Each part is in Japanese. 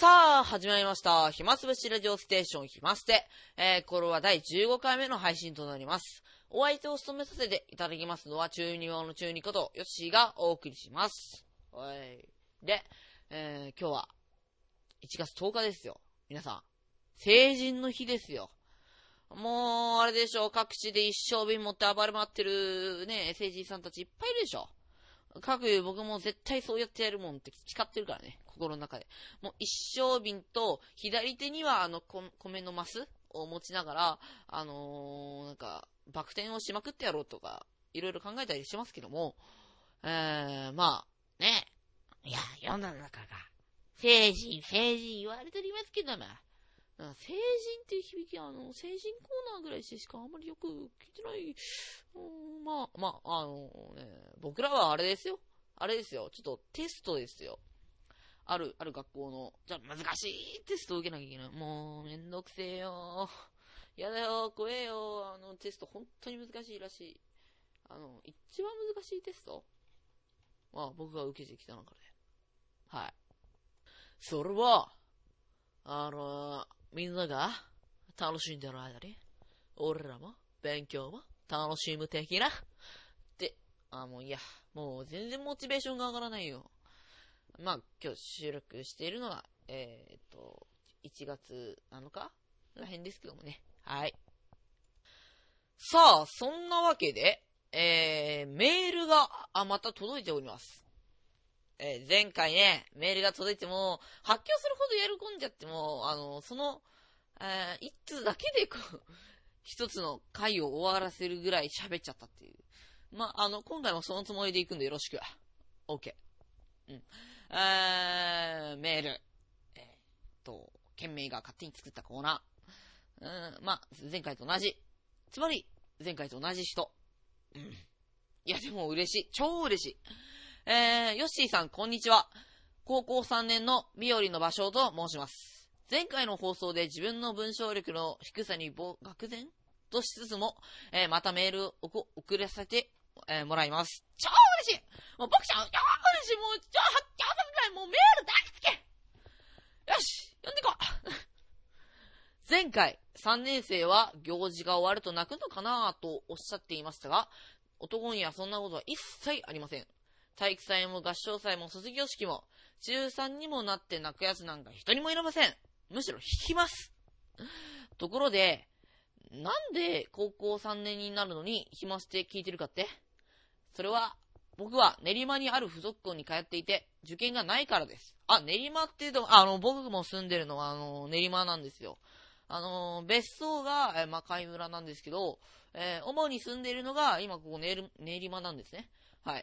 さあ、始まりました。暇つぶしラジオステーション暇捨て。これは第15回目の配信となります。お相手を務めさせていただきますのは、中二病の中二ことヨッシーがお送りします。で、今日は1月10日ですよ。皆さん、成人の日ですよ。もう、あれでしょ、各地で一升瓶持って暴れ回ってるね、成人さんたちいっぱいいるでしょ。僕も絶対そうやってやるもんって誓ってるからね、心の中で。もう一升瓶と、左手には米のマスを持ちながら、なんか、バク転をしまくってやろうとか、いろいろ考えたりしますけども、まあ、ね、いや、世の中が、成人言われておりますけども、成人っていう響きは、成人コーナーぐらいしかあんまりよく聞いてない。僕らはあれですよ。あれですよ。ちょっとテストですよ。ある学校の、じゃあ難しいテストを受けなきゃいけない。もう、めんどくせえよ。やだよ、怖えよ。テスト本当に難しいらしい。一番難しいテスト僕が受けてきた中で。はい。それは、みんなが楽しんでる間に、俺らも勉強も楽しむ的な。で、もういや、もう全然モチベーションが上がらないよ。今日収録しているのは、1月7日らへんですけどもね。はい。さあ、そんなわけで、メールが、また届いております。前回ね、メールが届いても、発狂するほど喜んじゃっても、一通だけで一つの回を終わらせるぐらい喋っちゃったっていう。今回もそのつもりで行くんでよろしく。OK。メール。県名が勝手に作ったコーナー。前回と同じ。つまり、前回と同じ人。いや、でも嬉しい。超嬉しい。ヨッシーさん、こんにちは。高校3年のビオリの場所と申します。前回の放送で自分の文章力の低さに愕然としつつも、またメールを送らせて、もらいます。超嬉しい。もう僕ちゃん、超嬉しい。もう、もうメール大好き。よし、読んでいこう。前回、3年生は行事が終わると泣くのかなとおっしゃっていましたが、男にはそんなことは一切ありません。体育祭も合唱祭も卒業式も、中3にもなって泣くやつなんか一人もいれません。むしろ引きます。ところで、なんで高校3年になるのに暇して聞いてるかって？それは、僕は練馬にある付属校に通っていて、受験がないからです。練馬っていうと、僕も住んでるのは、練馬なんですよ。別荘が、海村なんですけど、主に住んでいるのが、今ここ練馬なんですね。はい。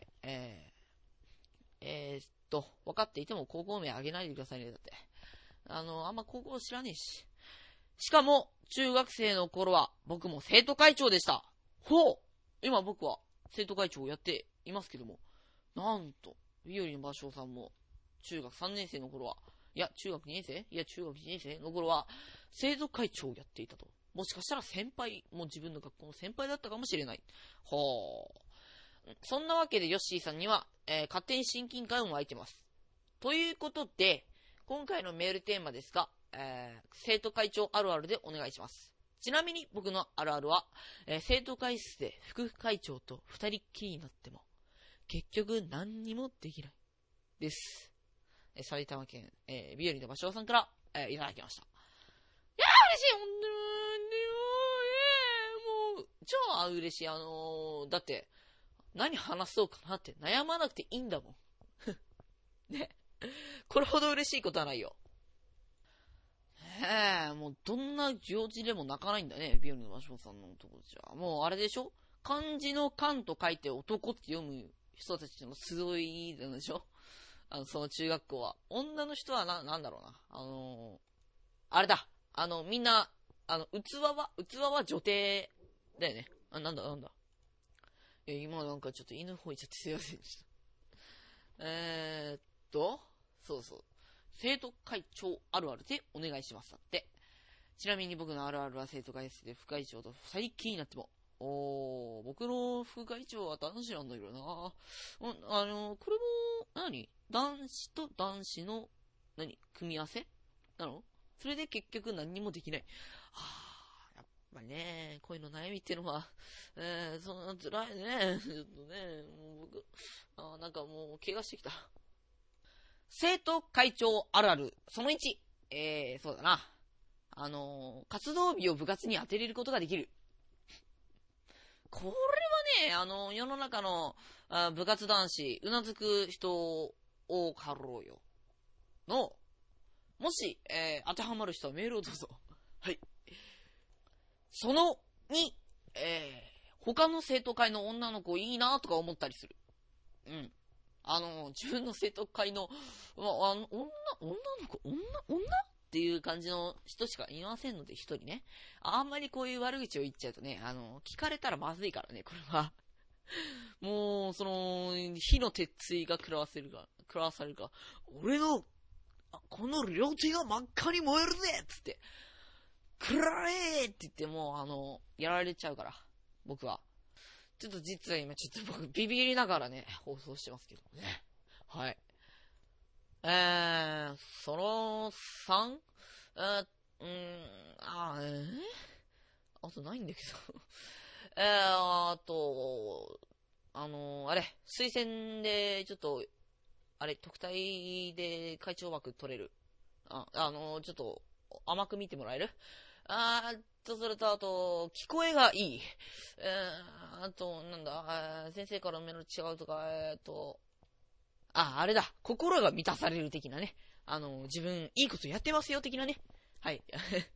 分かっていても高校名あげないでくださいね、だって。あんま高校知らねえし。しかも、中学生の頃は、僕も生徒会長でした。今僕は、生徒会長をやっていますけども。なんと、ビオリの芭蕉さんも、中学3年生の頃は、中学2年生中学1年生の頃は、生徒会長をやっていたと。もしかしたら先輩、もう自分の学校の先輩だったかもしれない。そんなわけでヨッシーさんには、勝手に親近感を湧いてます。ということで、今回のメールテーマですが、生徒会長あるあるでお願いします。ちなみに僕のあるあるは、生徒会室で副会長と二人っきりになっても、結局何にもできない。です。埼玉県、ビオリの芭蕉さんから、いただきました。いやー嬉しい、本当にもう、超嬉しい。だって、何話そうかなって悩まなくていいんだもん。ね。これほど嬉しいことはないよ。もうどんな行事でも泣かないんだね、ビオリの芭蕉さんの男じゃ。もうあれでしょ？漢字の漢と書いて男って読む人たちの集いなんでしょ？その中学校は。女の人はなんだろうな。あれだ。みんな、器は女帝だよね。なんだ。今なんかちょっと犬吠えちゃってすいませんでした。そうそう。生徒会長あるあるでお願いしますだって。ちなみに僕のあるあるは生徒会室で副会長と二人っきりになっても。僕の副会長は男子なんだけどな。これも、男子と男子の、組み合わせなの？それで結局何にもできない。やっぱりね、恋の悩みっていうのは、そんな辛いね。ちょっとね、もう僕、なんかもう怪我してきた。生徒会長あるある、その1。そうだな。活動日を部活に当てれることができる。これはね、世の中の部活男子、うなずく人多かろうよ。もし、当てはまる人はメールをどうぞ。はい。その2、他の生徒会の女の子いいなとか思ったりする。うん。自分の生徒会の、女の子、女っていう感じの人しかいませんので、一人ね。あんまりこういう悪口を言っちゃうとね、聞かれたらまずいからね、これは。もう、火の鉄槌が食らわされるか、俺の、この両手が真っ赤に燃えるぜつって、くらえって言ってもやられちゃうから、僕は。ちょっと実は今僕ビビりながらね、放送してますけどね。はい。その3？あとないんだけど。推薦で、ちょっと、特待で会長枠取れる。ちょっと、甘く見てもらえる？それと、あと、聞こえがいい。あと、先生から目の違うとか、あれだ。心が満たされる的なね。自分、いいことやってますよ、的なね。はい。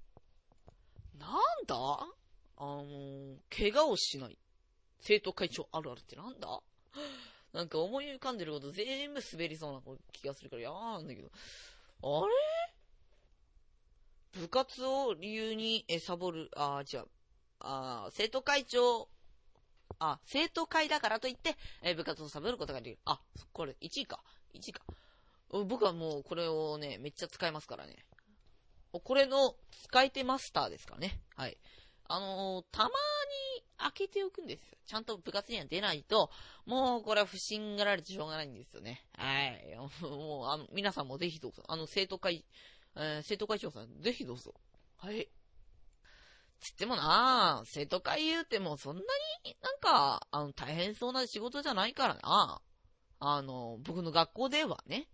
なんだ？怪我をしない。生徒会長あるあるってなんだ？なんか思い浮かんでること全部滑りそうな気がするから嫌なんだけど。あれ？部活を理由にサボる、違う。生徒会長、生徒会だからといって、部活をサボることができる。これ、1位か。僕はもうこれをね、めっちゃ使いますからね。これの使い手マスターですからね。はい。たまに開けておくんですよ。ちゃんと部活には出ないと、もうこれは不審がられてしょうがないんですよね。はい。もう、皆さんもぜひどうぞ。生徒会長さん、ぜひどうぞ。はい。つってもな、生徒会言うてもそんなになんか、大変そうな仕事じゃないからな。僕の学校ではね、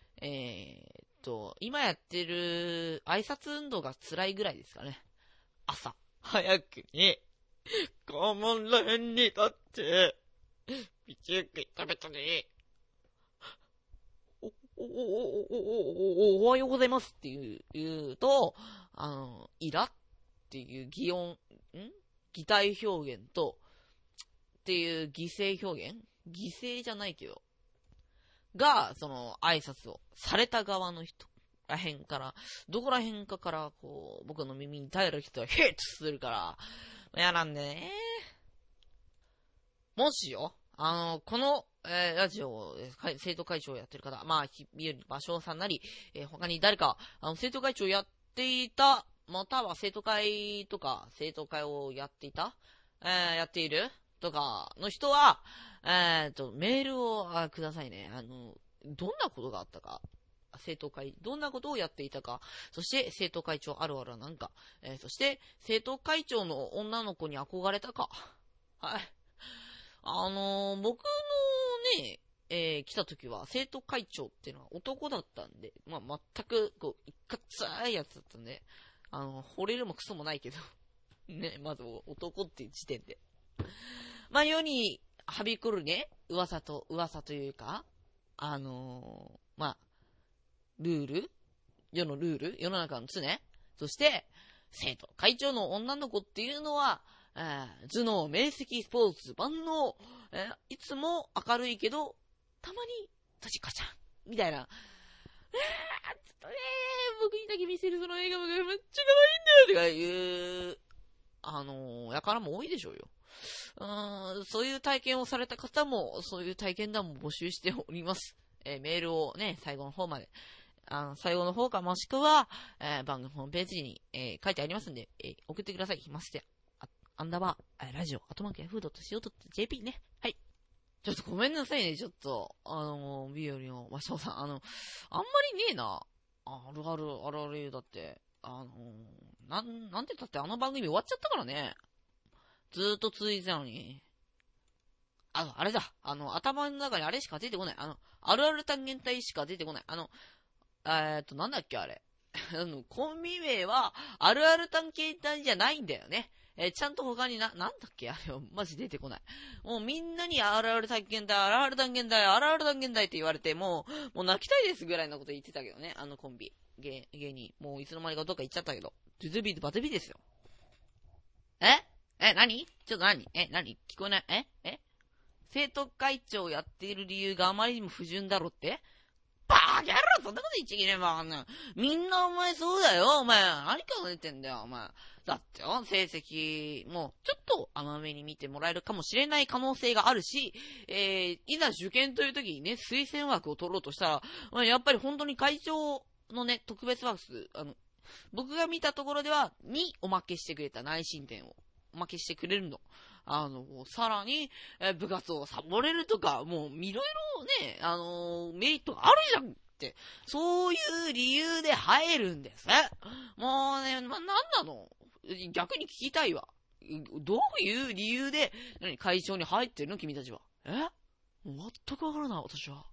今やってる挨拶運動が辛いぐらいですかね。朝、早くに、校門らへんに立って、道行き食べたね。おはようございますって言うと、イラっていう擬態表現と、っていう擬声表現擬声じゃないけど、が、挨拶をされた側の人らへんから、どこらへんかから、僕の耳に耐える人はヒットするから、嫌なんでね。もしよ、この、ラジオで生徒会長をやってる方、日和芭蕉さんなり、他に誰か、生徒会長をやっていた、または生徒会とか、生徒会をやっていた、やっているとかの人は、メールをくださいね。どんなことがあったか、生徒会、どんなことをやっていたか、そして生徒会長あるあるは何か、そして生徒会長の女の子に憧れたか。はい。僕のね、来た時は生徒会長っていうのは男だったんで、全く、いかついやつだったんで、惚れるもクソもないけど、ね、まず男っていう時点で。世にはびこるね、噂というか、ルール、世のルール、世の中の常、そして、生徒会長の女の子っていうのは、頭脳、明晰、スポーツ、万能、いつも明るいけど、たまに、とじこちゃん、みたいな。ちょっとね、僕にだけ見せるその笑顔がめっちゃ可愛いんだよ、とかいう、やからも多いでしょうよ。そういう体験をされた方も、そういう体験談も募集しております。メールをね、最後の方まで。最後の方かもしくは、番組ホームページに、書いてありますんで、送ってください。ましてラジオ、@yahoo.co.jp ね。はい。ちょっとごめんなさいね、ちょっと。ビオリの和尚さん。あんまりねえな。 あるある、あるあるだって、なんて言ったってあの番組終わっちゃったからね。ずーっと続いてたのに。あれだ。頭の中にあれしか出てこない。あるある単元体しか出てこない。なんだっけあれ。コンビ名は、あるある単元体じゃないんだよね。ちゃんと他になんだっけあれは、マジ出てこない。もうみんなにあるある単元体、あるある単元体、あるある単元体って言われて、もう泣きたいですぐらいのこと言ってたけどね。コンビ。芸人。もういつの間にかどっか行っちゃったけど。ズズビーバズビですよ。何ちょっと何何聞こえない生徒会長やっている理由があまりにも不純だろって？バーギャルそんなこと言っちゃいけねえば、みんなお前そうだよ、お前。何考えてんだよ、お前。だってよ、成績、もう、ちょっと甘めに見てもらえるかもしれない可能性があるし、いざ受験という時にね、推薦枠を取ろうとしたら、やっぱり本当に会長のね、特別枠数、僕が見たところでは、におまけしてくれた内申点を。おまけしてくれるの。さらに、部活をサボれるとか、もう、いろいろね、メリットがあるじゃんって、そういう理由で入るんです。もうね、なんなの？逆に聞きたいわ。どういう理由で、会長に入ってるの君たちは。全くわからない、私は。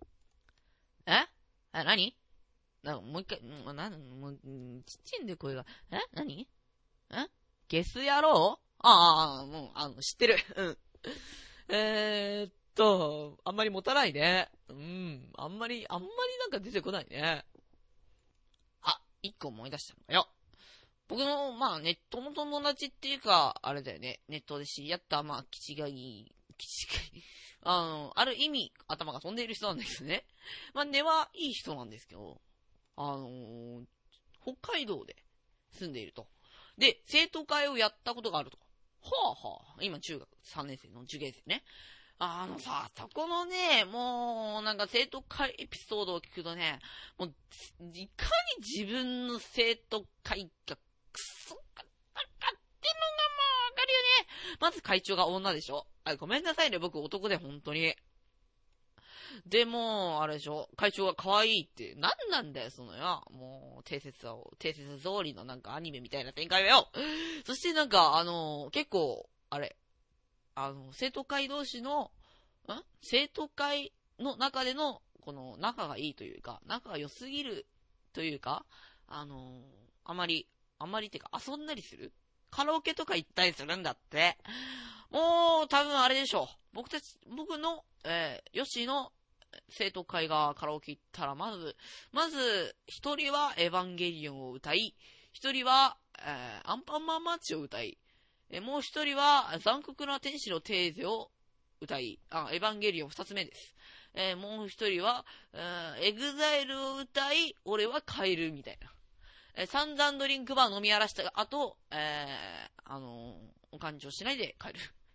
何？もう一回、もう、ちっちゃいんだよ、声が。何？ゲス野郎？もう、知ってる。うん。あんまり持たないね。あんまりなんか出てこないね。一個思い出したのよ。僕の、ネットの友達っていうか、あれだよね。ネットで知り合った、気違い、ある意味、頭が飛んでいる人なんですね。根はいい人なんですけど、北海道で住んでいると。で、生徒会をやったことがあると。今中学3年生の受験生ね。そこのね、もう、なんか生徒会エピソードを聞くとね、もう、いかに自分の生徒会がクソかったかってのがもうわかるよね。まず会長が女でしょ。ごめんなさいね、僕男で本当に。でも、あれでしょ、会長が可愛いって、なんだよ、そのよ。もう、定説通りのなんかアニメみたいな展開だよ。そしてなんか、結構、あれ、生徒会同士の、生徒会の中での、この仲がいいというか、仲が良すぎるというか、あまりってか遊んだりする？カラオケとか行ったりするんだって。もう、多分あれでしょう。僕の、ヨシの生徒会がカラオケ行ったら、まず、一人はエヴァンゲリオンを歌い、一人は、アンパンマンマーチを歌い、もう一人は残酷な天使のテーゼを歌い、エヴァンゲリオン二つ目です。もう一人は、エグザイルを歌い、俺は帰るみたいな。散々ドリンクバー飲み荒らした後、お勘定しないで帰る。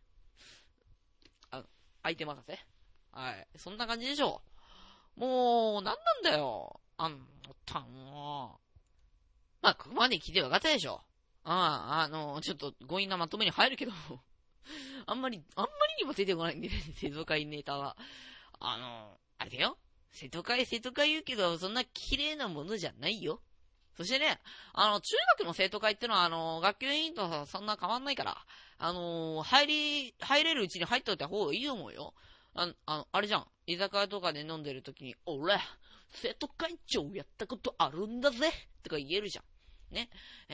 相手任せ。はい。そんな感じでしょう。もう、なんだよ。もう。ここまで聞いて分かったでしょ。ちょっと強引なまとめに入るけど、あんまりにも出てこないんでね、生徒会ネタは。あれだよ。生徒会言うけど、そんな綺麗なものじゃないよ。そしてね、中学の生徒会ってのは、学級委員とそんな変わんないから、入れるうちに入っといた方がいいと思うよ。あれじゃん。居酒屋とかで飲んでる時に、俺、生徒会長やったことあるんだぜとか言えるじゃん。ね。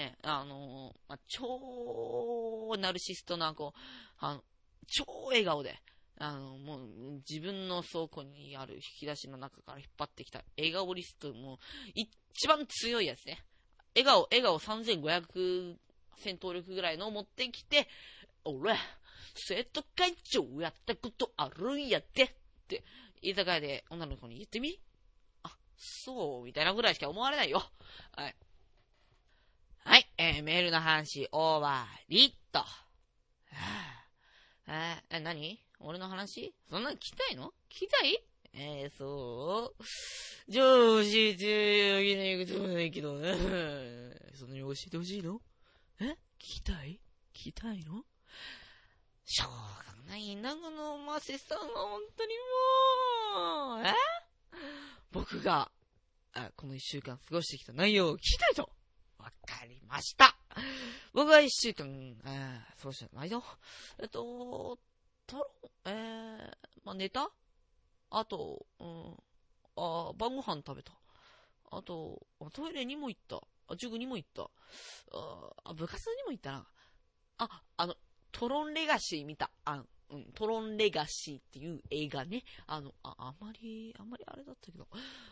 超ナルシストな、超笑顔で、もう、自分の倉庫にある引き出しの中から引っ張ってきた笑顔リスト、もう、一番強いやつね。笑顔3500戦闘力ぐらいのを持ってきて、俺、生徒会長やったことあるんやって、って、居酒屋で女の子に言ってみ？そう、みたいなぐらいしか思われないよ。はい。はい、メールの話、終わりっと。何？俺の話？そんなの聞きたいの？聞きたい？そう？じゃあ、教えてあげないこともないけどね。そんなに教えてほしいの？聞きたいの？しょうがないな、このマセさんは本当にもう。僕が、 この一週間過ごしてきた内容を聞きたいと。わかりました。僕は一週間、過ごしてないぞ。ネタ？あと、晩ご飯食べた。あと、トイレにも行った。塾にも行った。部活にも行ったな。トロンレガシー見た。トロンレガシーっていう映画ね。あまりあれだったけど。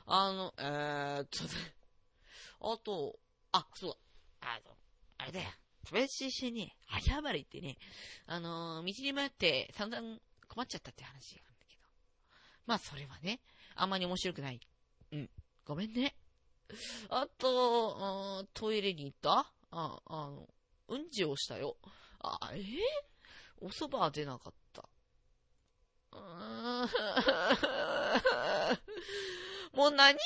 そうだ。あれだよ。友達と一緒にね、秋葉原行ってね、道に迷って散々困っちゃったって話があるんだけど。まあ、それはね、あんまり面白くない。ごめんね。あと、トイレに行った？うんちをしたよ。お蕎麦は出なかった。もう何もないよ。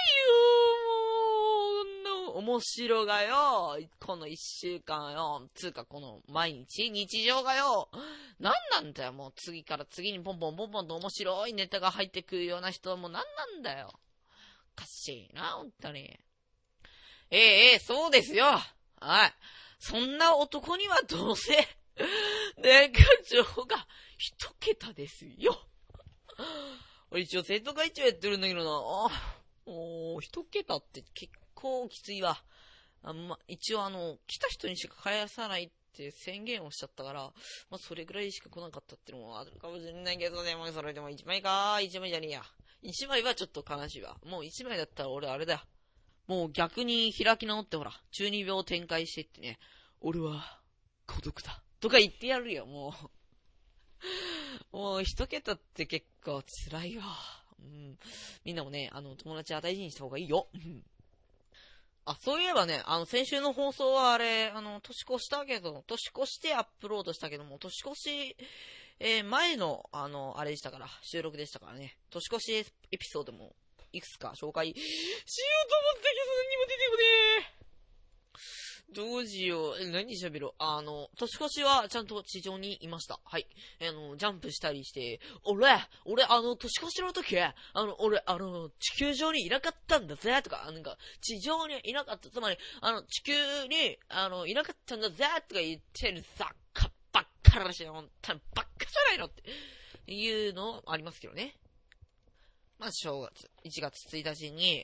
面白がよ。この一週間よ。つうかこの日常がよ。なんだよ。もう次から次にポンポンと面白いネタが入ってくるような人はもうなんだよ。おかしいな、ほんとに。そうですよ。はい。そんな男にはどうせ、年賀状が一桁ですよ。俺一応生徒会長やってるんだけどな。一桁って結構きついわ。一応来た人にしか返さないって宣言をしちゃったから、それぐらいしか来なかったってのもあるかもしれないけどね、それでも1枚か、1枚じゃねえや。1枚はちょっと悲しいわ。もう1枚だったら俺あれだよ。もう逆に開き直ってほら、中二病展開してってね、俺は孤独だ。とか言ってやるよ、もう。もう一桁って結構辛いわ。みんなもね、友達は大事にした方がいいよ。そういえばね、先週の放送はあれ、年越してアップロードしたけども、年越し、前の、あれでしたから、収録でしたからね、年越しエピソードも、いくつか紹介しようと思ったけど、何も出てこねえ。どうしよう。何喋ろう。年越しはちゃんと地上にいました。はい。ジャンプしたりして、俺、年越しの時、俺、地球上にいなかったんだぜ、とか、地上にいなかった、つまり、地球に、いなかったんだぜ、とか言ってるさ、ばっからしい、ほんとにばっかじゃないのっていうのありますけどね。正月、1月1日に、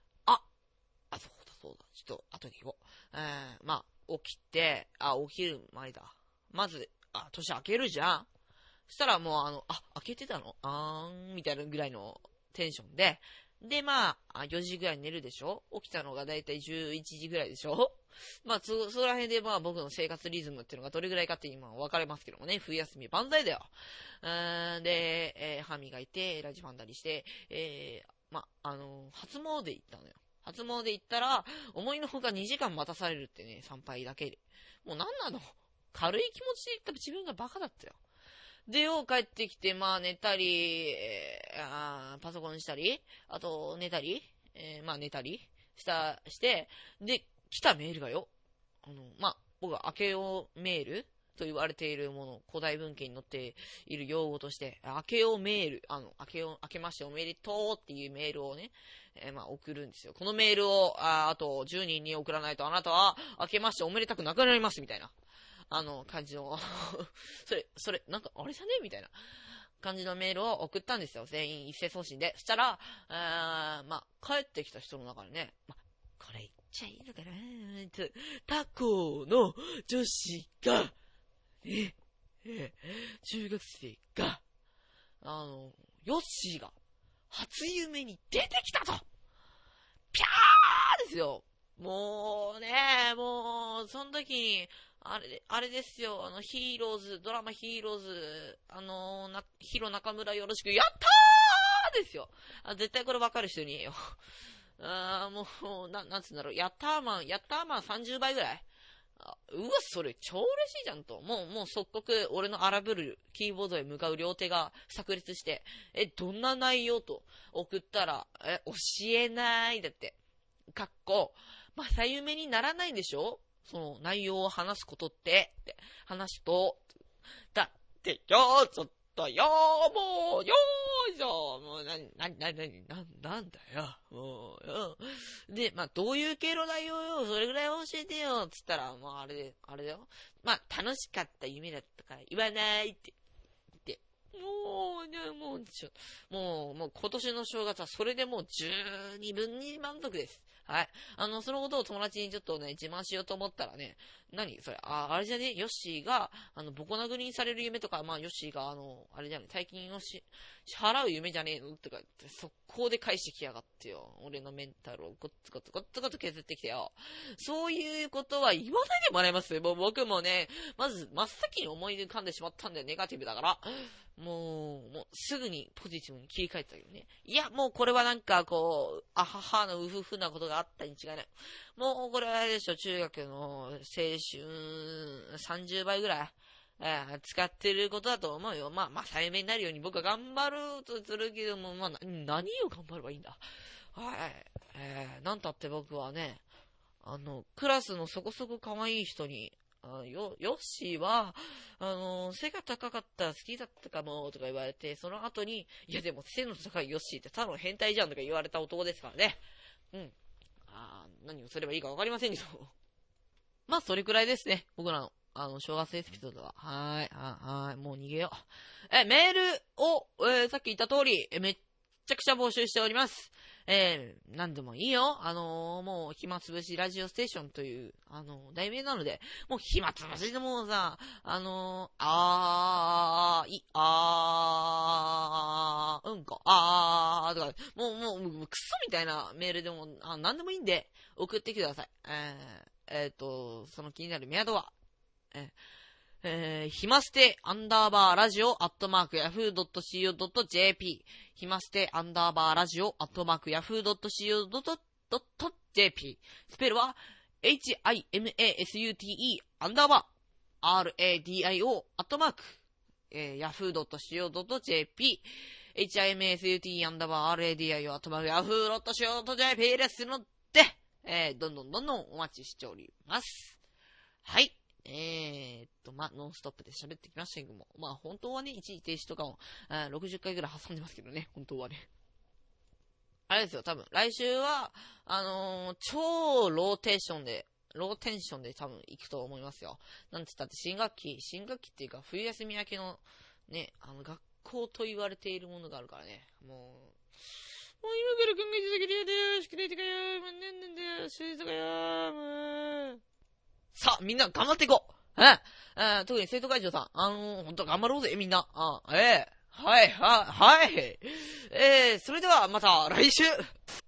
そうだ。ちょっと、後に行こう。起きて、起きる前だ。まず、年明けるじゃん。そしたらもう明けてたのみたいなぐらいのテンションで。で、4時ぐらいに寝るでしょ？起きたのがだいたい11時ぐらいでしょ？そら辺で僕の生活リズムっていうのがどれぐらいかって今分かれますけどもね。冬休み万歳だよ。で、歯磨いて、ラジファンダリして、初詣行ったのよ。初詣行ったら、思いのほか2時間待たされるってね、参拝だけで。もうなんなの？軽い気持ちで言ったら自分がバカだったよ。で、帰ってきて、寝たり、パソコンしたり、あと、寝たり、寝たりして、で、来たメールがよ。僕は明けおメールと言われているもの、古代文献に載っている用語として、明けおメール、明けましておめでとうっていうメールをね、送るんですよ。このメールを、あと10人に送らないとあなたは、明けましておめでたくなくなります、みたいな、感じの、それ、なんか、あれじゃねみたいな感じのメールを送ったんですよ。全員一斉送信で。そしたら、帰ってきた人の中でね、これ言っちゃいいのかな他校の女子が、中学生が、ヨッシーが、初夢に出てきたとピャーですよ。もうね、その時に、あれですよ、ヒーローズ、ドラマヒーローズ、ヒロ中村よろしく、やったーですよ。絶対これ分かる人に言えよ。もう、なんつうんだろう、ヤッターマン30倍ぐらい？それ超嬉しいじゃんと。もう即刻、俺の荒ぶるキーボードへ向かう両手が炸裂して、どんな内容と送ったら、教えないだって。正夢にならないでしょ？その内容を話すことって、話すと、だってよ、ちょっとよ、もうよーですよ。もう、なんだよ。もうよ。で、まあ、どういう経路だよ、それぐらい教えてよ、つったら、もうあれだよ。まあ、楽しかった夢だったから言わないって言って。もう今年の正月はそれでもう十二分に満足です。はい。そのことを友達にちょっとね、自慢しようと思ったらね、何それ、あれじゃね、ヨッシーが、ボコ殴りにされる夢とか、まあ、ヨッシーが、あれじゃね、大金を支払う夢じゃねえのとか、速攻で返してきやがってよ。俺のメンタルをゴッツゴツ削ってきてよ。そういうことは言わないでもらえます？もう僕もね、まず、真っ先に思い浮かんでしまったんだよ、ネガティブだから。もう、すぐにポジティブに切り替えてたけどね。いや、もうこれはなんかこう、あははのうふふなことがあったに違いない。もうこれはあれでしょ、中学の青春30倍ぐらい、使ってることだと思うよ。まあ、再面になるように僕は頑張るとするけども、まあ、何を頑張ればいいんだ。はい。なんたって僕はね、クラスのそこそこ可愛い人に、ヨッシーは、背が高かったら好きだったかも、とか言われて、その後に、いやでも背の高いヨッシーってただの変態じゃんとか言われた男ですからね。うん。何をすればいいかわかりませんけど。まあ、それくらいですね。僕らの、正月エピソードは。はい。もう逃げよう。メールを、さっき言った通り、めっちゃくちゃ募集しております。何でもいいよ。もう、暇つぶしラジオステーションという、題名なので、もう暇つぶしでもうさ、とか、もう、クソみたいなメールでも、何でもいいんで、送ってきてください。その気になるメアドは、ひまステラジオ@yahoo.co.jp ひまステラジオ@yahoo.co.jp スペルは HIMASUTE RADIO yahoo.co.jp HIMASUTE RADIO yahoo.co.jp ですので、どんどんお待ちしております。はい。ノンストップで喋ってきましたけども、本当はね、一時停止とかを、60回ぐらい挟んでますけどね、本当はね。あれですよ、多分、来週は、超ローテンションで多分行くと思いますよ。なんつったって新学期っていうか、冬休み明けの、ね、学校と言われているものがあるからね、もう今から考えてたけどやだよ、宿題とかよ、なんだよ、宿題とかよ、もう。さあ、みんな頑張っていこう。特に生徒会長さん、本当頑張ろうぜ、みんな。はい。それではまた来週。